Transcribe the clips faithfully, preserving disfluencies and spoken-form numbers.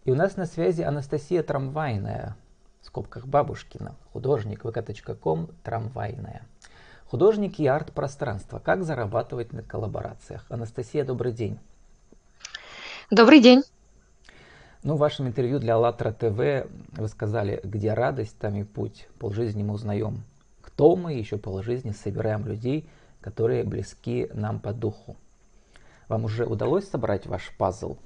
И у нас на связи Анастасия Трамвайная, в скобках Бабушкина, художник, вэ ка точка ком, Трамвайная. Художник и арт-пространство. Как зарабатывать на коллаборациях? Анастасия, добрый день. Добрый день. Ну, в вашем интервью для АЛЛАТРА ТВ вы сказали, где радость, там и путь. Полжизни мы узнаем, кто мы, еще полжизни собираем людей, которые близки нам по духу. Вам уже удалось собрать ваш пазл?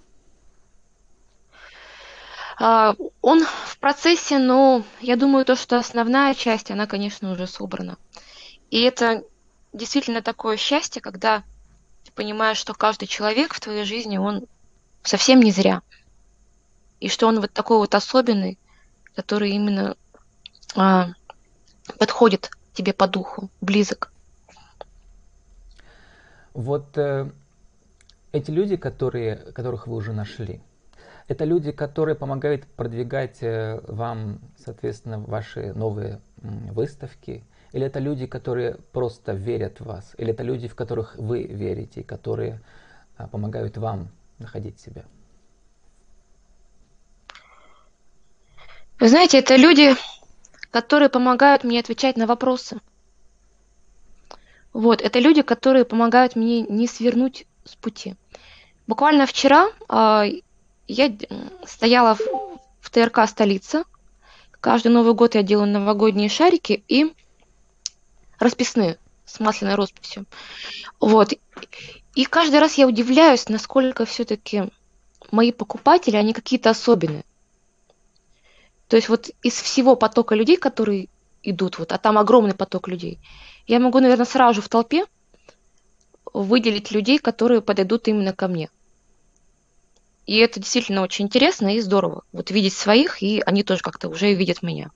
А, Он в процессе, но я думаю, то, что основная часть, она, конечно, уже собрана. И это действительно такое счастье, когда ты понимаешь, что каждый человек в твоей жизни, он совсем не зря. И что он вот такой вот особенный, который именно а, подходит тебе по духу, близок. Вот э, эти люди, которые, которых вы уже нашли, это люди, которые помогают продвигать э, вам, соответственно, ваши новые м, выставки? Или это люди, которые просто верят в вас? Или это люди, в которых вы верите, которые а, помогают вам находить себя? Вы знаете, это люди, которые помогают мне отвечать на вопросы. Вот, это люди, которые помогают мне не свернуть с пути. Буквально вчера а, я д- стояла в, в тэ эр ка «Столица». Каждый Новый год я делаю новогодние шарики и расписные с масляной росписью. Вот. И каждый раз я удивляюсь, насколько все-таки мои покупатели, они какие-то особенные. То есть вот из всего потока людей, которые идут, вот, а там огромный поток людей, я могу, наверное, сразу же в толпе выделить людей, которые подойдут именно ко мне. И это действительно очень интересно и здорово. Вот видеть своих, и они тоже как-то уже видят меня.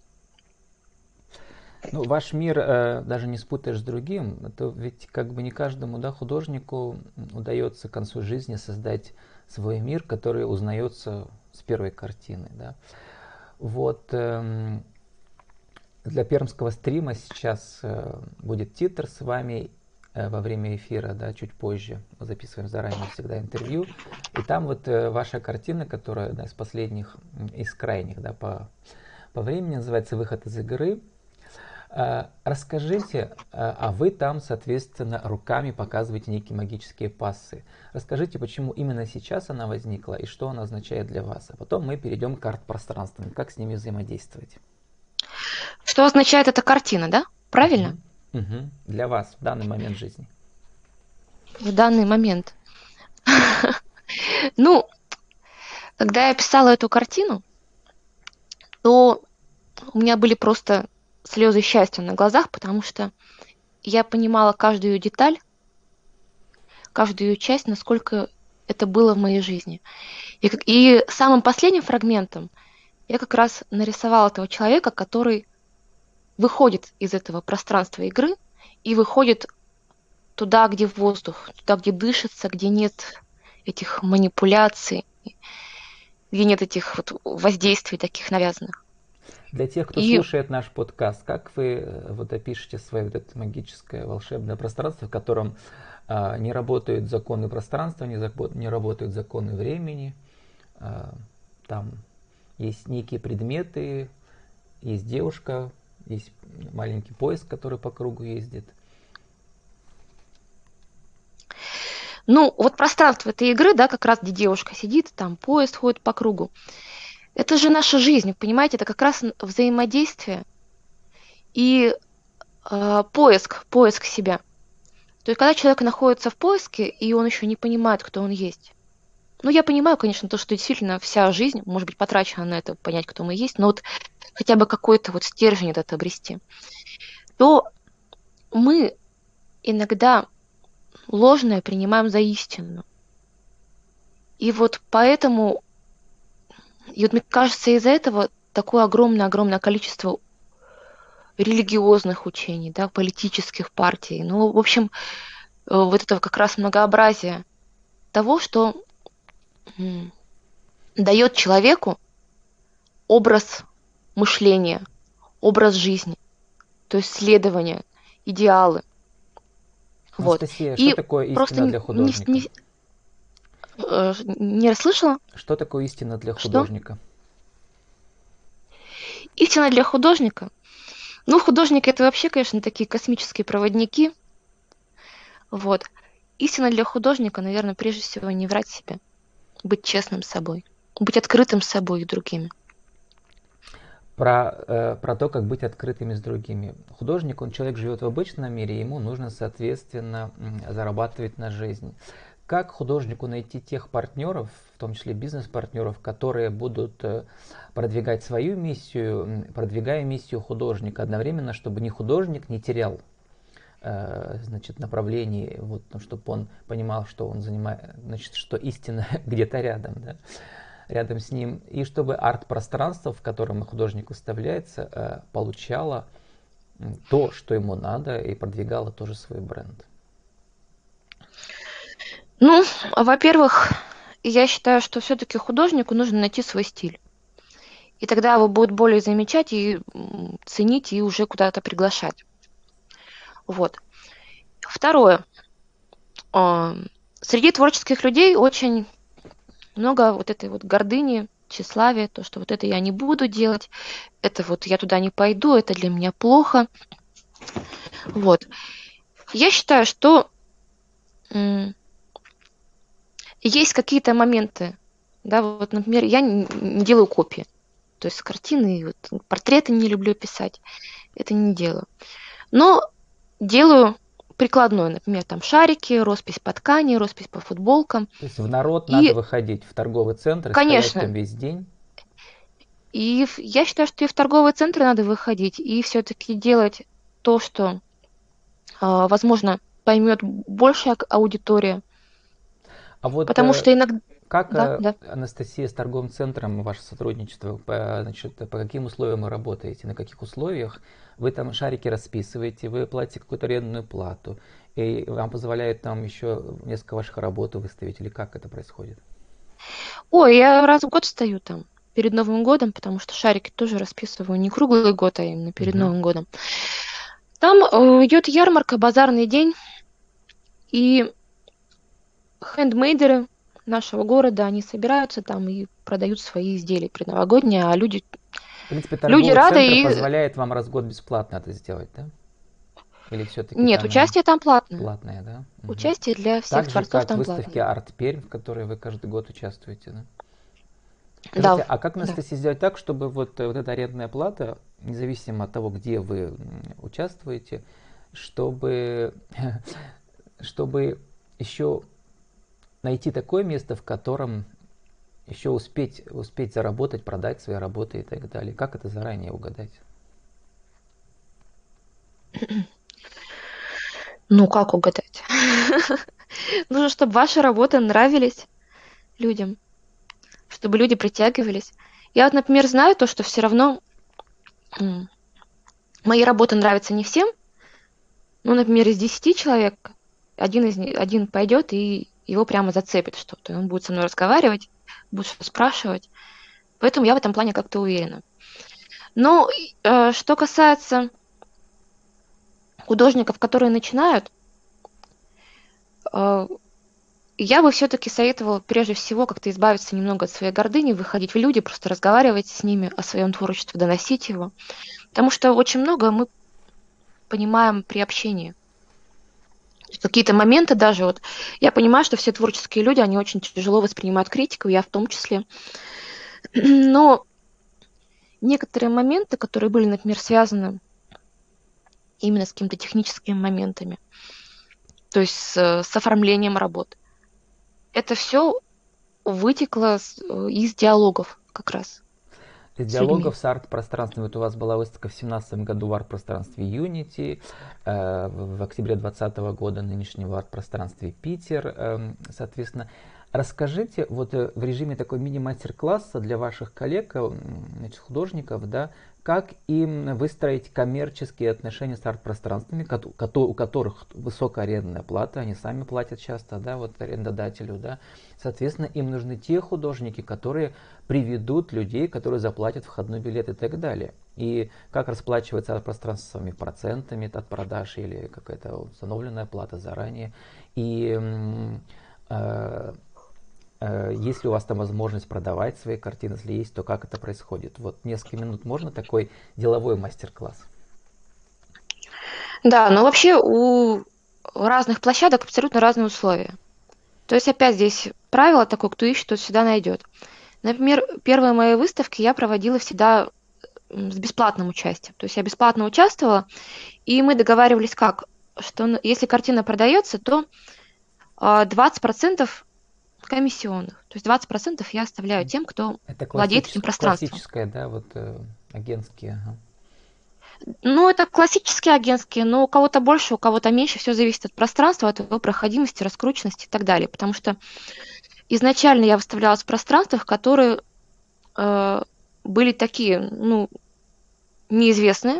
Ну, ваш мир э, даже не спутаешь с другим. Это ведь как бы не каждому, да, художнику удается к концу жизни создать свой мир, который узнается с первой картины, да. Вот эм, для пермского стрима сейчас э, будет титр с вами э, во время эфира, да, чуть позже. Мы записываем заранее всегда интервью. И там вот э, ваша картина, которая одна из последних, из крайних, да, по, по времени, называется «Выход из игры». Э, Расскажите, э, а вы там, соответственно, руками показываете некие магические пассы. Расскажите, почему именно сейчас она возникла и что она означает для вас. А потом мы перейдем к арт-пространствам, как с ними взаимодействовать. Что означает эта картина, да? Правильно? Мгм. Мгм. Для вас в данный момент жизни. В данный момент. Ну, когда я писала эту картину, то у меня были просто слезы счастья на глазах, потому что я понимала каждую деталь, каждую часть, насколько это было в моей жизни. И, как- и самым последним фрагментом я как раз нарисовала этого человека, который выходит из этого пространства игры и выходит туда, где воздух, туда, где дышится, где нет этих манипуляций, где нет этих вот воздействий таких навязанных. Для тех, кто И слушает наш подкаст, как вы э, вот опишете свое вот это магическое волшебное пространство, в котором а, не работают законы пространства, не, забо- не работают законы времени, а, там есть некие предметы, есть девушка, есть маленький поезд, который по кругу ездит. ну, вот пространство этой игры, да, как раз где девушка сидит, там поезд ходит по кругу. Это же наша жизнь, понимаете, это как раз взаимодействие и э, поиск, поиск себя. То есть, когда человек находится в поиске, и он еще не понимает, кто он есть. Ну, я понимаю, конечно, то, что действительно вся жизнь может быть потрачена на это, понять, кто мы есть, но вот хотя бы какой-то вот стержень этот обрести, то мы иногда ложное принимаем за истину. И вот поэтому, и вот мне кажется, из-за этого такое огромное-огромное количество религиозных учений, да, политических партий. Ну, в общем, э, вот это как раз многообразие того, что м, дает человеку образ мышления, образ жизни, то есть следование, идеалы. Вот. Анастасия, что И такое просто истина не, для не, художника? не- Э, Не расслышала? Что такое истина для Что? художника? Истина для художника? Ну, художники это вообще, конечно, такие космические проводники. Вот. Истина для художника, наверное, прежде всего не врать себе, быть честным с собой, быть открытым с собой и другими. Про, э, про то, как быть открытыми с другими. Художник, он человек живет в обычном мире, ему нужно, соответственно, зарабатывать на жизнь. Как художнику найти тех партнеров, в том числе бизнес-партнеров, которые будут э, продвигать свою миссию, продвигая миссию художника, одновременно, чтобы ни художник не терял э, значит, направлений, вот, ну, чтобы он понимал, что он занимает, значит, что истина где-то рядом, да, рядом с ним, и чтобы арт-пространство, в котором художник выставляется, э, получало то, что ему надо, и продвигало тоже свой бренд. Ну, во-первых, я считаю, что все-таки художнику нужно найти свой стиль. И тогда его будут более замечать и ценить, и уже куда-то приглашать. Вот. Второе. Среди творческих людей очень много вот этой вот гордыни, тщеславия, то, что вот это я не буду делать, это вот я туда не пойду, это для меня плохо. Вот. Я считаю, что есть какие-то моменты, да, вот, например, я не делаю копии, то есть картины, вот, портреты не люблю писать, это не делаю. Но делаю прикладное, например, там шарики, роспись по ткани, роспись по футболкам. То есть в народ и, надо выходить, в торговый центр, и стоять конечно, там весь день? И я считаю, что и в торговые центры надо выходить, и все-таки делать то, что, возможно, поймет большая аудитория. А вот Потому что иногда... как, Да, да. Анастасия, с торговым центром ваше сотрудничество, по, значит, по каким условиям вы работаете, на каких условиях? Вы там шарики расписываете, вы платите какую-то арендную плату, и вам позволяют там еще несколько ваших работ выставить, или как это происходит? Ой, я раз в год стою там перед Новым годом, потому что шарики тоже расписываю не круглый год, а именно перед угу. Новым годом. Там идет ярмарка, базарный день, и хендмейдеры нашего города, они собираются там и продают свои изделия предновогодние, а люди, в принципе, торговый люди рады центр и... позволяет вам раз в год бесплатно это сделать, да? Или все-таки Нет, там участие там платное. Платное, да? Участие угу. для всех так творцов же, как там выставки платное. Арт Пермь, в которой вы каждый год участвуете, да? Скажите, да, а как, Анастасия, да. сделать так, чтобы вот, вот эта арендная плата, независимо от того, где вы участвуете, чтобы, чтобы еще найти такое место, в котором еще успеть, успеть заработать, продать свои работы и так далее? Как это заранее угадать? Ну, как угадать? Нужно, чтобы ваши работы нравились людям, чтобы люди притягивались. Я вот, например, знаю то, что все равно мои работы нравятся не всем. Ну, например, из десяти человек один, из, один пойдет и его прямо зацепит что-то. И он будет со мной разговаривать, будет что-то спрашивать. Поэтому я в этом плане как-то уверена. Но э, что касается художников, которые начинают, э, я бы все-таки советовала прежде всего как-то избавиться немного от своей гордыни, выходить в люди, просто разговаривать с ними о своем творчестве, доносить его. Потому что очень много мы понимаем при общении. Какие-то моменты даже, вот я понимаю, что все творческие люди, они очень тяжело воспринимают критику, я в том числе. Но некоторые моменты, которые были, например, связаны именно с какими-то техническими моментами, то есть с, с оформлением работ, это все вытекло из диалогов как раз. Из диалогов с арт-пространством. Вот у вас была выставка в две тысячи семнадцатом году в арт-пространстве Unity, э, в октябре две тысячи двадцатого года нынешнего в арт-пространстве Питер, э, соответственно. Расскажите вот в режиме такой мини-мастер-класса для ваших коллег, значит, художников, да, как им выстроить коммерческие отношения с арт-пространствами, у которых высокая арендная плата, они сами платят часто, да, вот арендодателю, да. Соответственно, им нужны те художники, которые приведут людей, которые заплатят входной билет и так далее. И как расплачиваться арт-пространствами, процентами от продаж или какая-то установленная плата заранее. И э, Э, есть ли у вас там возможность продавать свои картины? Если есть, то как это происходит? Вот несколько минут можно такой деловой мастер-класс? Да, но вообще у разных площадок абсолютно разные условия. То есть опять здесь правило такое, кто ищет, тот всегда найдет. Например, первые мои выставки я проводила всегда м, с бесплатным участием. То есть я бесплатно участвовала, и мы договаривались как, что н- если картина продается, то а, двадцать процентов комиссионных. То есть двадцать процентов я оставляю тем, кто Это владеет этим классическое, пространством. классическое, да, вот э, агентские. Ага. Ну, это классические агентские, но у кого-то больше, у кого-то меньше. Все зависит от пространства, от его проходимости, раскрученности и так далее. Потому что изначально я выставлялась в пространствах, которые э, были такие, ну, неизвестные,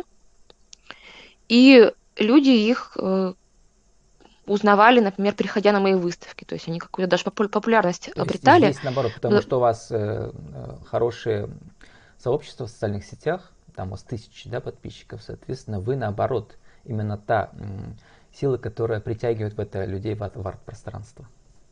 и люди их э, узнавали, например, приходя на мои выставки. То есть они какую-то даже попу- популярность То есть обретали. здесь наоборот, потому Бл- что у вас э, э, хорошие сообщества в социальных сетях, там у вас тысячи, да, подписчиков, соответственно, вы наоборот, именно та м, сила, которая притягивает в это людей в, в арт-пространство.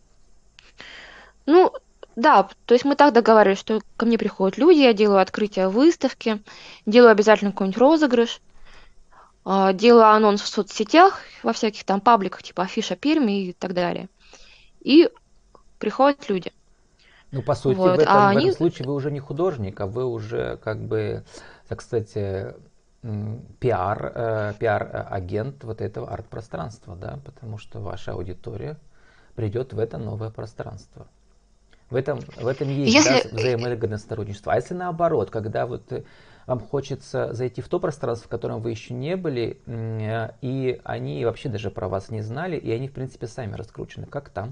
Ну, да, то есть мы так договаривались, что ко мне приходят люди, я делаю открытие выставки, делаю обязательно какой-нибудь розыгрыш, а, делаю анонс в соцсетях, во всяких там пабликах, типа Афиша Перми и так далее. И приходят люди. Ну, по сути, в Вот. А этом, в этом они, случае вы уже не художник, а вы уже как бы, так сказать, э, м, пиар, э, пиар-агент вот этого арт-пространства, да, потому что ваша аудитория придет в это новое пространство. В этом, в этом есть, да, если, взаимовыгодное сотрудничество. А если наоборот, когда вот э, вам хочется зайти в то пространство, в котором вы еще не были, м, э, и они вообще даже про вас не знали, и они, в принципе, сами раскручены, как там?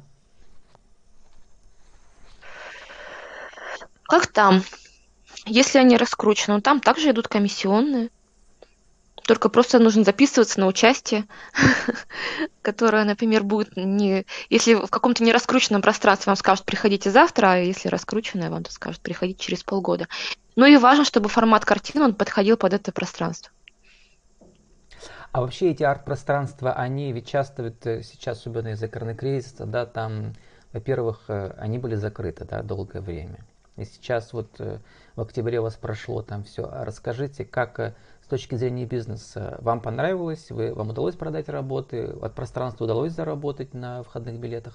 как там, если они раскручены, ну, там также идут комиссионные. Только просто нужно записываться на участие, которое, например, будет не... Если в каком-то нераскрученном пространстве вам скажут, приходите завтра, а если раскрученное, вам то скажут, приходите через полгода. Ну и важно, чтобы формат картины, он подходил под это пространство. А вообще эти арт-пространства, они ведь часто вот э, сейчас, особенно из-за коронакризиса, да, там, во-первых, э, они были закрыты, да, долгое время. И сейчас вот э, в октябре у вас прошло там все. А расскажите, как э, с точки зрения бизнеса вам понравилось, вы, вам удалось продать работы, от пространства удалось заработать на входных билетах?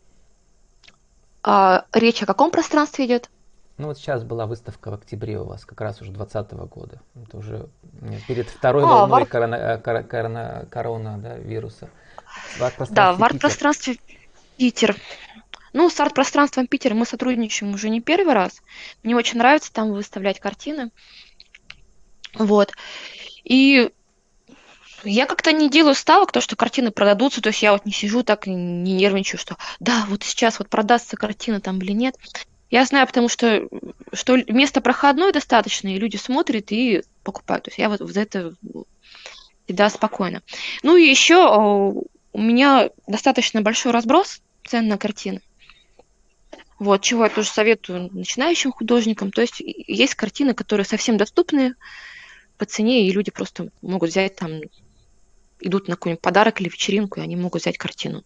А речь о каком пространстве идет? Ну вот сейчас была выставка в октябре у вас, как раз уже двадцатого года. Это уже э, перед второй А, в волной арт... корона, э, кор- корона, корона да, вируса. В да, в арт-пространстве Питер. арт-пространстве Питер. Ну, с арт-пространством Питера мы сотрудничаем уже не первый раз. Мне очень нравится там выставлять картины. Вот. И я как-то не делаю ставок, то, что картины продадутся, то есть я вот не сижу так и не нервничаю, что да, вот сейчас вот продастся картина там или нет. Я знаю, потому что, что место проходное достаточно, и люди смотрят и покупают. То есть я вот за это всегда спокойна. Ну и еще у меня достаточно большой разброс цен на картины. Вот, чего я тоже советую начинающим художникам. То есть есть картины, которые совсем доступны по цене, и люди просто могут взять там, идут на какой-нибудь подарок или вечеринку, и они могут взять картину.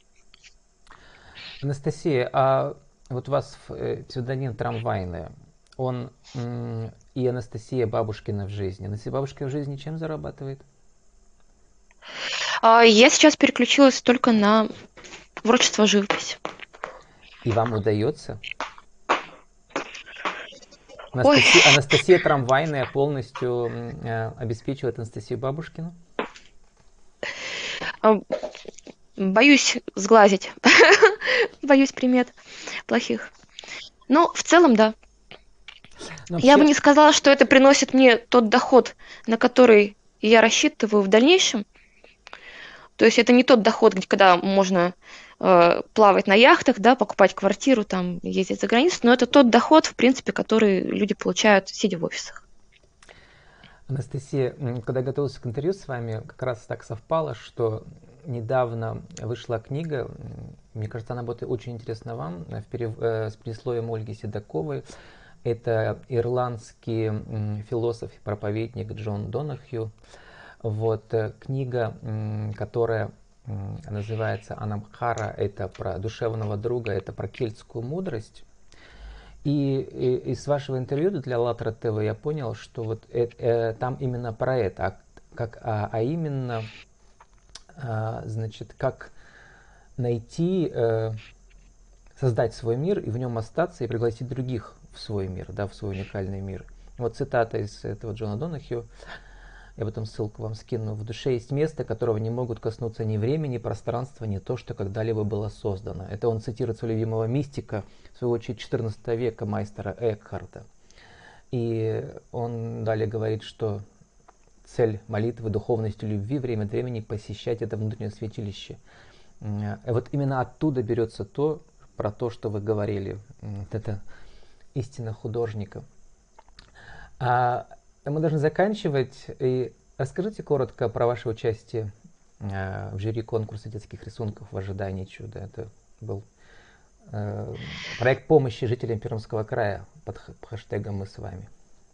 Анастасия, а вот у вас э, псевдоним Трамвайная, он м, и Анастасия Бабушкина в жизни. Анастасия Бабушкина в жизни чем зарабатывает? А я сейчас переключилась только на творчество, живопись. И вам удается? Ой, Анастасия, Анастасия Трамвайная полностью м, э, обеспечивает Анастасию Бабушкину? а, боюсь сглазить, боюсь примет плохих. Но в целом, да. Ну, Я бы вообще, не сказала, что это приносит мне тот доход, на который я рассчитываю в дальнейшем. То есть это не тот доход, когда можно э, плавать на яхтах, да, покупать квартиру, там, ездить за границу, но это тот доход, в принципе, который люди получают, сидя в офисах. Анастасия, м, когда готовился к интервью с вами, как раз так совпало, что недавно вышла книга, м, мне кажется, она будет очень интересна вам, э, в перев- э, с предисловием Ольги Седоковой. Это ирландский м, философ и проповедник Джон Донахью. Вот, э, книга, м, которая называется Анамхара, это про душевного друга, это про кельтскую мудрость. И, и из вашего интервью для АЛЛАТРА ТВ я понял, что вот э, э, там именно про это, а, как, а, а именно, а, значит, как найти, э, создать свой мир и в нем остаться и пригласить других в свой мир, да, в свой уникальный мир. Вот цитата из этого Джона Донахью. Я потом ссылку вам скину. «В душе есть место, которого не могут коснуться ни время, ни пространство, ни то, что когда-либо было создано». Это он цитирует своего любимого мистика, в свою очередь, четырнадцатого века майстера Экхарта. И он далее говорит, что цель молитвы, духовности, любви время от времени посещать это внутреннее святилище. И вот именно оттуда берется то, про то, что вы говорили. Это истина художника. А мы должны заканчивать. И расскажите коротко про ваше участие э, в жюри конкурса детских рисунков в ожидании чуда. Это был э, проект помощи жителям Пермского края под хэштегом «Мы с вами».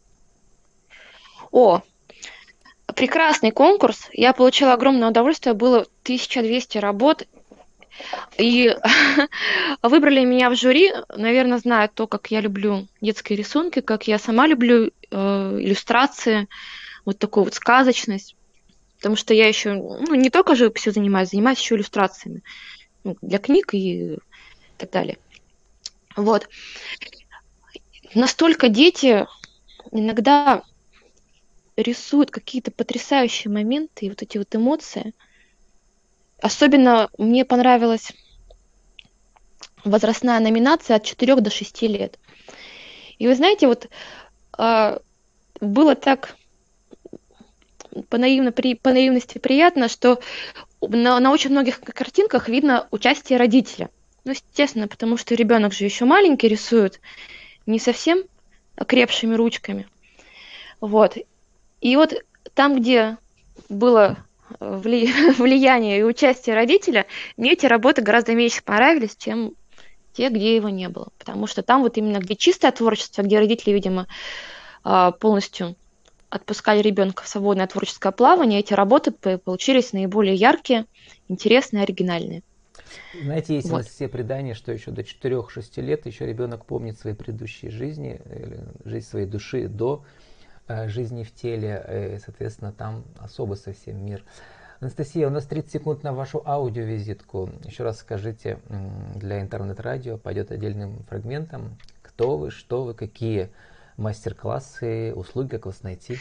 О, прекрасный конкурс. Я получила огромное удовольствие. Было тысяча двести работ. И выбрали меня в жюри, наверное, зная то, как я люблю детские рисунки, как я сама люблю э, иллюстрации, вот такую вот сказочность. Потому что я еще ну, не только живописью занимаюсь, занимаюсь еще иллюстрациями ну, для книг и так далее. Вот. Настолько дети иногда рисуют какие-то потрясающие моменты и вот эти вот эмоции. Особенно мне понравилась возрастная номинация от четырёх до шести лет. И вы знаете, вот э, было так по, наивно, при, по наивности приятно, что на, на очень многих картинках видно участие родителя. Ну, естественно, потому что ребенок же еще маленький рисует, не совсем окрепшими ручками. Вот. И вот там, где было вли- влияние и участие родителя, мне эти работы гораздо меньше понравились, чем те, где его не было. Потому что там вот именно где чистое творчество, где родители, видимо, полностью отпускали ребенка в свободное творческое плавание, эти работы получились наиболее яркие, интересные, оригинальные. Знаете, есть Вот. у нас все предания, что еще до четырёх-шести лет еще ребенок помнит свои предыдущие жизни, жизнь своей души до э, жизни в теле, и, соответственно, там особый совсем мир. Анастасия, у нас тридцать секунд на вашу аудиовизитку. Еще раз скажите, для интернет-радио пойдет отдельным фрагментом, кто вы, что вы, какие мастер-классы, услуги, как вас найти.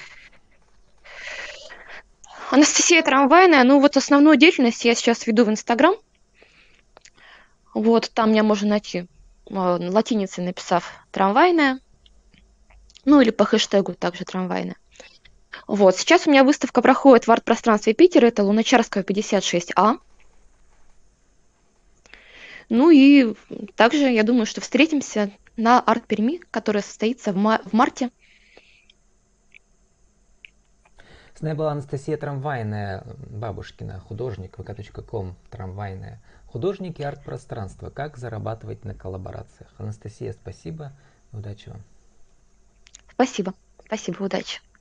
Анастасия Трамвайная, ну вот основную деятельность я сейчас веду в Инстаграм. Вот, там меня можно найти латиницей написав «Трамвайная», ну или по хэштегу также «Трамвайная». Вот, сейчас у меня выставка проходит в арт-пространстве Питера, это Луначарская, пятьдесят шесть А. Ну и также, я думаю, что встретимся на арт-перми, которая состоится в, ма- в марте. С нами была Анастасия Трамвайная, бабушкина, художник, вэ ка точка ком, Трамвайная. Художники арт-пространства. Как зарабатывать на коллаборациях. Анастасия, спасибо. Удачи вам. Спасибо. Спасибо, удачи.